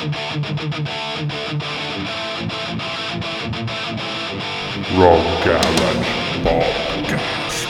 Rock Garage Podcast.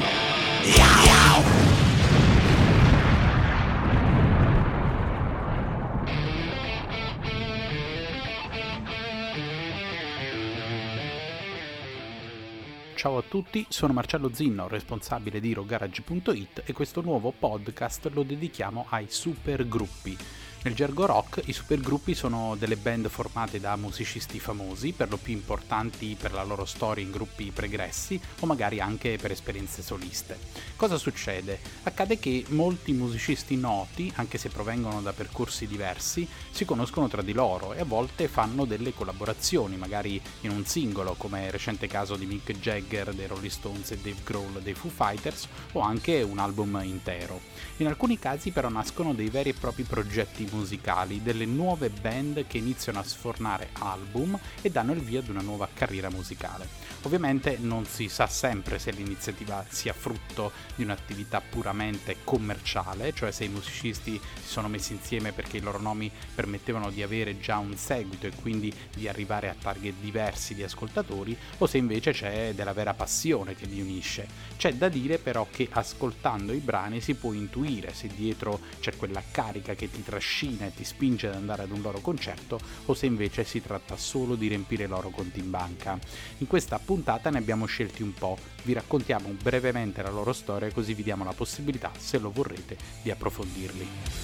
Ciao a tutti, sono Marcello Zinno, responsabile di rockgarage.it, e questo nuovo podcast lo dedichiamo ai supergruppi. Nel gergo rock i supergruppi sono delle band formate da musicisti famosi, per lo più importanti per la loro storia in gruppi pregressi o magari anche per esperienze soliste. Cosa succede? Accade che molti musicisti noti, anche se provengono da percorsi diversi, si conoscono tra di loro e a volte fanno delle collaborazioni, magari in un singolo, come il recente caso di Mick Jagger dei Rolling Stones e Dave Grohl dei Foo Fighters, o anche un album intero. In alcuni casi però nascono dei veri e propri progetti musicali, delle nuove band che iniziano a sfornare album e danno il via ad una nuova carriera musicale. Ovviamente non si sa sempre se l'iniziativa sia frutto di un'attività puramente commerciale, cioè se i musicisti si sono messi insieme perché i loro nomi permettevano di avere già un seguito e quindi di arrivare a target diversi di ascoltatori, o se invece c'è della vera passione che li unisce. C'è da dire però che ascoltando i brani si può intuire se dietro c'è quella carica che ti trascina e ti spinge ad andare ad un loro concerto, o se invece si tratta solo di riempire i loro conti in banca. In questa puntata ne abbiamo scelti un po', vi raccontiamo brevemente la loro storia così vi diamo la possibilità, se lo vorrete, di approfondirli.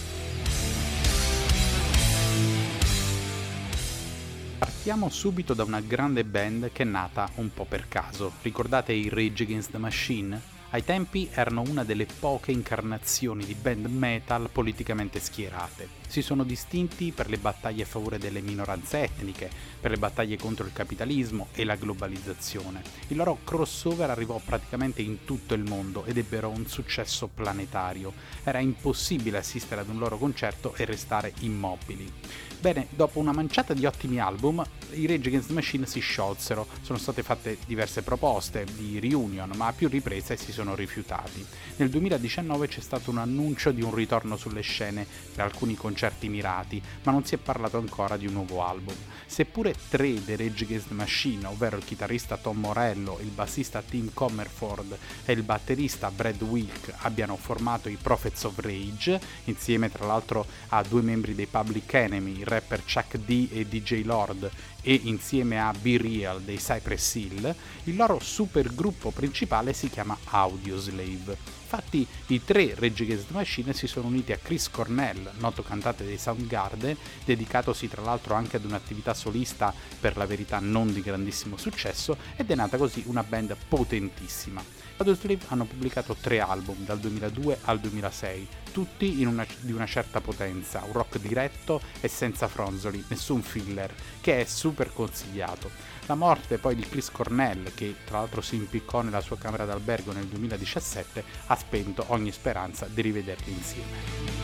Partiamo subito da una grande band che è nata un po' per caso. Ricordate i Rage Against the Machine? Ai tempi erano una delle poche incarnazioni di band metal politicamente schierate. Si sono distinti per le battaglie a favore delle minoranze etniche, per le battaglie contro il capitalismo e la globalizzazione. Il loro crossover arrivò praticamente in tutto il mondo ed ebbero un successo planetario. Era impossibile assistere ad un loro concerto e restare immobili. Bene, dopo una manciata di ottimi album, i Rage Against the Machine si sciolsero. Sono state fatte diverse proposte di reunion, ma a più riprese si sono rifiutati. Nel 2019 c'è stato un annuncio di un ritorno sulle scene per alcuni concerti mirati, ma non si è parlato ancora di un nuovo album. Seppure tre dei Rage Against the Machine, ovvero il chitarrista Tom Morello, il bassista Tim Comerford e il batterista Brad Wilk, abbiano formato i Prophets of Rage, insieme tra l'altro a due membri dei Public Enemy, il rapper Chuck D e DJ Lord, e insieme a Be Real dei Cypress Hill, il loro supergruppo principale si chiama Audioslave. Infatti i tre Rage Against the Machine si sono uniti a Chris Cornell, noto cantante dei Soundgarden, dedicatosi tra l'altro anche ad un'attività solista per la verità non di grandissimo successo, ed è nata così una band potentissima. Audioslave hanno pubblicato 3 album dal 2002 al 2006, tutti di una certa potenza, un rock diretto e senza fronzoli, nessun filler, che è super consigliato. La morte poi di Chris Cornell, che tra l'altro si impiccò nella sua camera d'albergo nel 2017, ha spento ogni speranza di rivederli insieme.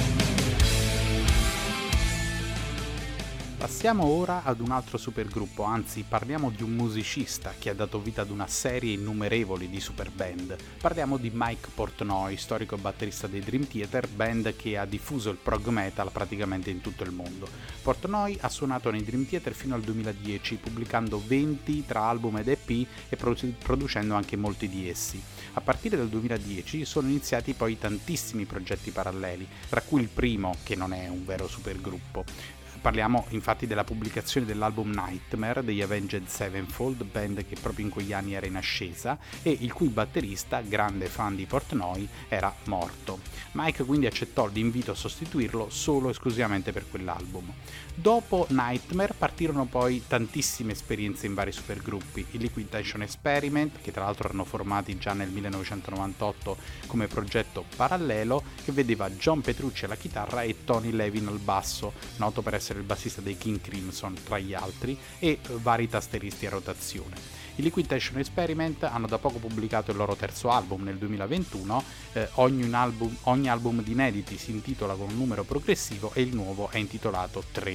Passiamo ora ad un altro supergruppo, anzi parliamo di un musicista che ha dato vita ad una serie innumerevoli di superband. Parliamo di Mike Portnoy, storico batterista dei Dream Theater, band che ha diffuso il prog metal praticamente in tutto il mondo. Portnoy ha suonato nei Dream Theater fino al 2010, pubblicando 20 tra album ed EP e producendo anche molti di essi. A partire dal 2010 sono iniziati poi tantissimi progetti paralleli, tra cui il primo, che non è un vero supergruppo. Parliamo infatti della pubblicazione dell'album Nightmare degli Avenged Sevenfold, band che proprio in quegli anni era in ascesa e il cui batterista, grande fan di Portnoy, era morto. Mike quindi accettò l'invito a sostituirlo solo esclusivamente per quell'album. Dopo Nightmare partirono poi tantissime esperienze in vari supergruppi, i Liquid Tension Experiment, che tra l'altro erano formati già nel 1998 come progetto parallelo, che vedeva John Petrucci alla chitarra e Tony Levin al basso, noto per essere il bassista dei King Crimson tra gli altri, e vari tasteristi a rotazione. I Liquid Tension Experiment hanno da poco pubblicato il loro terzo album nel 2021, ogni album di inediti si intitola con un numero progressivo e il nuovo è intitolato 3.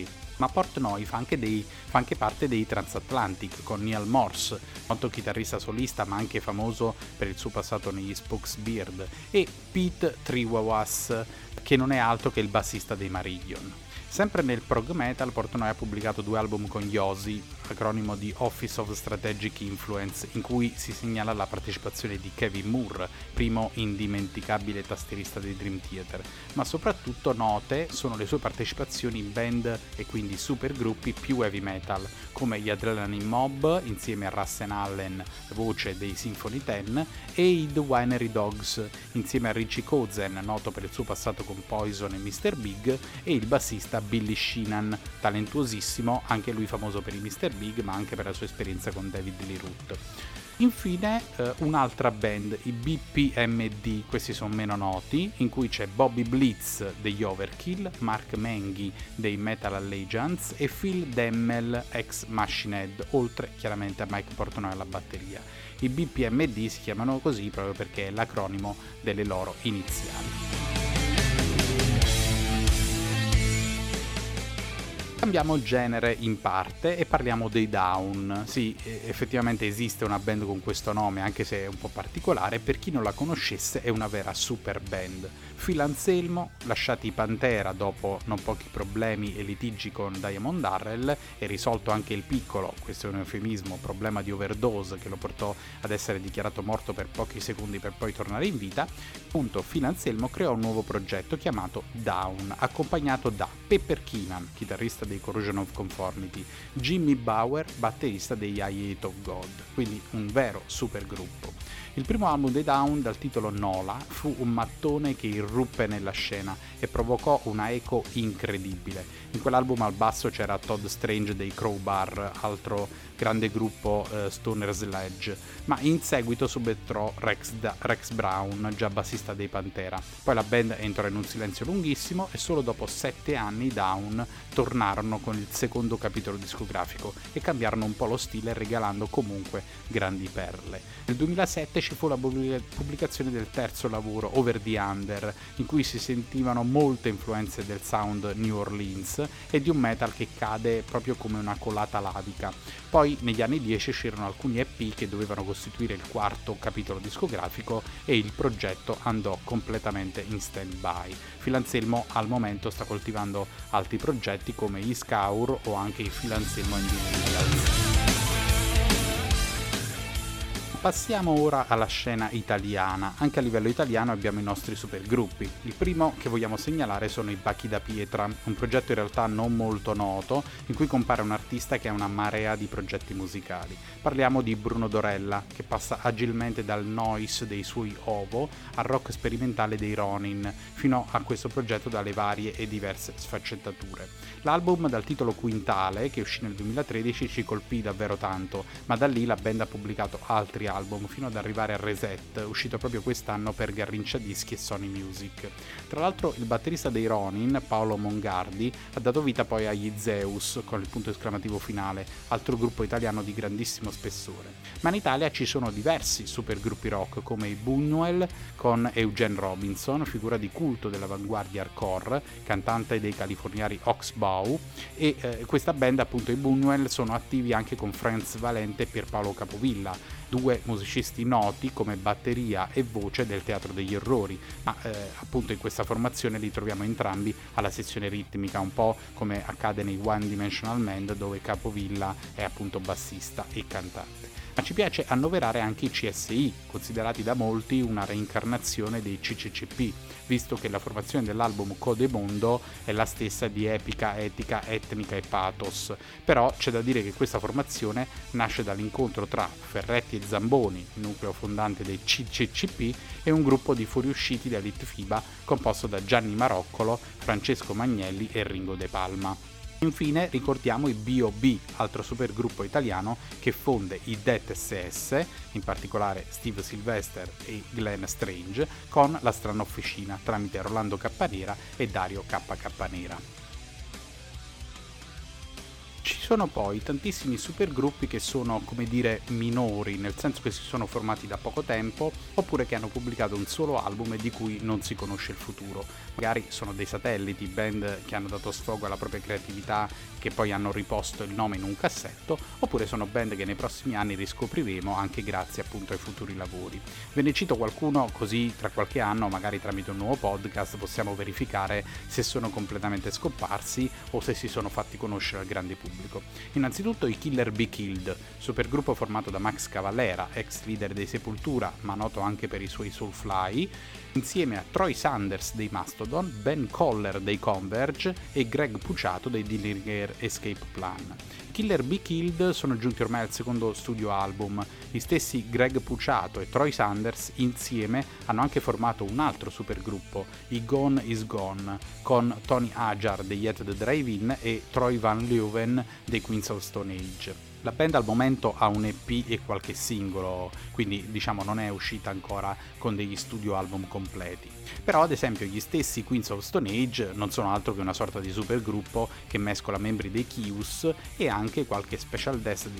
Ma Portnoy fa anche parte dei Transatlantic con Neal Morse, noto chitarrista solista ma anche famoso per il suo passato negli Spokes Beard, e Pete Trewavas, che non è altro che il bassista dei Marillion. Sempre nel prog metal, Portnoy ha pubblicato 2 album con Yosi, acronimo di Office of Strategic Influence, in cui si segnala la partecipazione di Kevin Moore, primo indimenticabile tastierista dei Dream Theater, ma soprattutto note sono le sue partecipazioni in band e quindi supergruppi più heavy metal, come gli Adrenaline Mob insieme a Russell Allen, voce dei Symphony X, e i The Winery Dogs insieme a Richie Kotzen, noto per il suo passato con Poison e Mr. Big, e il bassista Billy Sheehan, talentuosissimo, anche lui famoso per i Mr. Big ma anche per la sua esperienza con David Lee Roth. Infine un'altra band, i BPMD, questi sono meno noti, in cui c'è Bobby Blitz degli Overkill, Mark Menghi dei Metal Allegiance e Phil Demmel ex Machine Head, oltre chiaramente a Mike Portnoy alla batteria. I BPMD si chiamano così proprio perché è l'acronimo delle loro iniziali. Cambiamo genere in parte e parliamo dei Down. Sì, effettivamente esiste una band con questo nome, anche se è un po' particolare. Per chi non la conoscesse, è una vera super band. Phil Anselmo, lasciati i Pantera dopo non pochi problemi e litigi con Diamond Darrell e risolto anche il piccolo, questo è un eufemismo, problema di overdose che lo portò ad essere dichiarato morto per pochi secondi per poi tornare in vita, appunto Phil Anselmo creò un nuovo progetto chiamato Down, accompagnato da Pepper Keenan, chitarrista dei Corrosion of Conformity, Jimmy Bauer, batterista degli I Hate of God, quindi un vero super gruppo. Il primo album dei Down, dal titolo Nola, fu un mattone che irruppe nella scena e provocò una eco incredibile. In quell'album al basso c'era Todd Strange dei Crowbar, altro grande gruppo stoner sludge, ma in seguito subentrò Rex Brown, già bassista dei Pantera. Poi la band entrò in un silenzio lunghissimo e solo dopo 7 anni i Down tornarono con il secondo capitolo discografico e cambiarono un po' lo stile, regalando comunque grandi perle. Nel 2007 ci fu la pubblicazione del terzo lavoro, Over the Under, in cui si sentivano molte influenze del sound New Orleans e di un metal che cade proprio come una colata lavica. Poi negli anni 10 uscirono alcuni EP che dovevano costituire il quarto capitolo discografico e il progetto andò completamente in stand-by. Phil Anselmo al momento sta coltivando altri progetti come gli Scaur o anche i Phil Anselmo Individuals. Passiamo ora alla scena italiana. Anche a livello italiano abbiamo i nostri supergruppi. Il primo che vogliamo segnalare sono i Bachi da Pietra, un progetto in realtà non molto noto, in cui compare un artista che ha una marea di progetti musicali. Parliamo di Bruno Dorella, che passa agilmente dal noise dei suoi Ovo al rock sperimentale dei Ronin, fino a questo progetto dalle varie e diverse sfaccettature. L'album dal titolo Quintale, che uscì nel 2013, ci colpì davvero tanto, ma da lì la band ha pubblicato altri album fino ad arrivare a Reset, uscito proprio quest'anno per Garrincia Dischi e Sony Music. Tra l'altro il batterista dei Ronin, Paolo Mongardi, ha dato vita poi agli Zeus con il punto esclamativo finale, altro gruppo italiano di grandissimo spessore. Ma in Italia ci sono diversi supergruppi rock come i Buñuel con Eugene Robinson, figura di culto dell'avanguardia hardcore, cantante dei californiani Oxbow, e questa band appunto i Buñuel sono attivi anche con Franz Valente e Pierpaolo Capovilla, due musicisti noti come batteria e voce del Teatro degli Errori, ma appunto in questa formazione li troviamo entrambi alla sezione ritmica, un po' come accade nei One Dimensional Man, dove Capovilla è appunto bassista e cantante. Ma ci piace annoverare anche i CSI, considerati da molti una reincarnazione dei CCCP, visto che la formazione dell'album Code Mondo è la stessa di Epica, Etica, Etnica e Pathos. Però c'è da dire che questa formazione nasce dall'incontro tra Ferretti e Zamboni, il nucleo fondante dei CCCP, e un gruppo di fuoriusciti da Litfiba composto da Gianni Maroccolo, Francesco Magnelli e Ringo De Palma. Infine ricordiamo i B.O.B., altro supergruppo italiano che fonde i Death SS, in particolare Steve Sylvester e Glenn Strange, con la Strana Officina tramite Rolando Cappanera e Dario KK Nera. Ci sono poi tantissimi supergruppi che sono, come dire, minori, nel senso che si sono formati da poco tempo oppure che hanno pubblicato un solo album e di cui non si conosce il futuro. Magari sono dei satelliti, band che hanno dato sfogo alla propria creatività, che poi hanno riposto il nome in un cassetto, oppure sono band che nei prossimi anni riscopriremo anche grazie appunto ai futuri lavori. Ve ne cito qualcuno così tra qualche anno, magari tramite un nuovo podcast, possiamo verificare se sono completamente scomparsi o se si sono fatti conoscere al grande pubblico. Innanzitutto i Killer Be Killed, supergruppo formato da Max Cavalera, ex leader dei Sepultura, ma noto anche per i suoi Soulfly, insieme a Troy Sanders dei Mastodon, Ben Coller dei Converge e Greg Puciato dei Dillinger Escape Plan. Killer Be Killed sono giunti ormai al secondo studio album. Gli stessi Greg Puciato e Troy Sanders insieme hanno anche formato un altro supergruppo, i Gone Is Gone, con Tony Ajar degli At the Drive-In e Troy Van Leeuwen dei Queens of Stone Age. La band al momento ha un EP e qualche singolo, quindi diciamo non è uscita ancora con degli studio album completi. Però ad esempio gli stessi Queens of Stone Age non sono altro che una sorta di supergruppo che mescola membri dei Kius e anche qualche special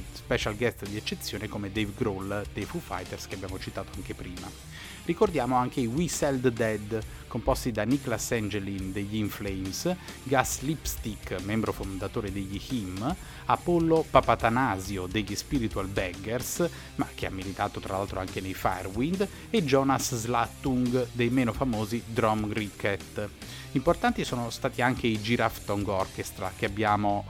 guest di eccezione come Dave Grohl dei Foo Fighters che abbiamo citato anche prima. Ricordiamo anche i We Sell the Dead, composti da Niklas Engelin degli In Flames, Gus Lipstick, membro fondatore degli Him, Apollo Papatanasio degli Spiritual Beggars, ma che ha militato tra l'altro anche nei Firewind, e Jonas Slattung dei meno famosi Drum Cricket. Importanti sono stati anche i Giraffe Tongue Orchestra che abbiamo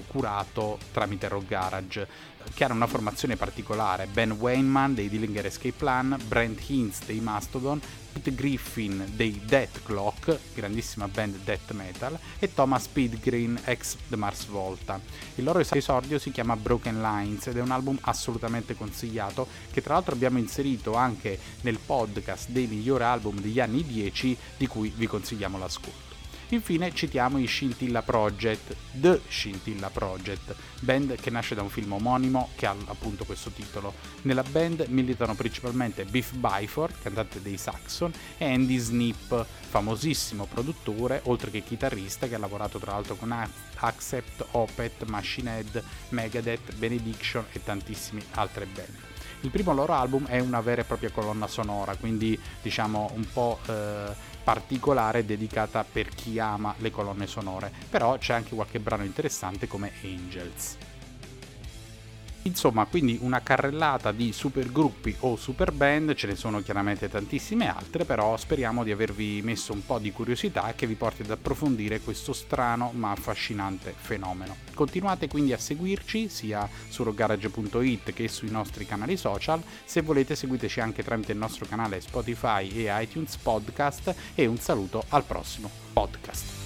curato tramite Rock Garage, che hanno una formazione particolare: Ben Weinman dei Dillinger Escape Plan, Brent Hinz dei Mastodon, Pete Griffin dei Death Clock, grandissima band death metal, e Thomas Pilgrim ex The Mars Volta. Il loro esordio si chiama Broken Lines ed è un album assolutamente consigliato, che tra l'altro abbiamo inserito anche nel podcast dei migliori album degli anni 10, di cui vi consigliamo l'ascolto. Infine citiamo i Scintilla Project, The Scintilla Project, band che nasce da un film omonimo che ha appunto questo titolo. Nella band militano principalmente Biff Byford, cantante dei Saxon, e Andy Snip, famosissimo produttore, oltre che chitarrista, che ha lavorato tra l'altro con Accept, Opeth, Machine Head, Megadeth, Benediction e tantissime altre band. Il primo loro album è una vera e propria colonna sonora, quindi diciamo un po' particolare, dedicata per chi ama le colonne sonore, però c'è anche qualche brano interessante come Angels. Insomma, quindi una carrellata di supergruppi o superband, ce ne sono chiaramente tantissime altre, però speriamo di avervi messo un po' di curiosità e che vi porti ad approfondire questo strano ma affascinante fenomeno. Continuate quindi a seguirci sia su rockgarage.it che sui nostri canali social. Se volete seguiteci anche tramite il nostro canale Spotify e iTunes Podcast, e un saluto al prossimo podcast.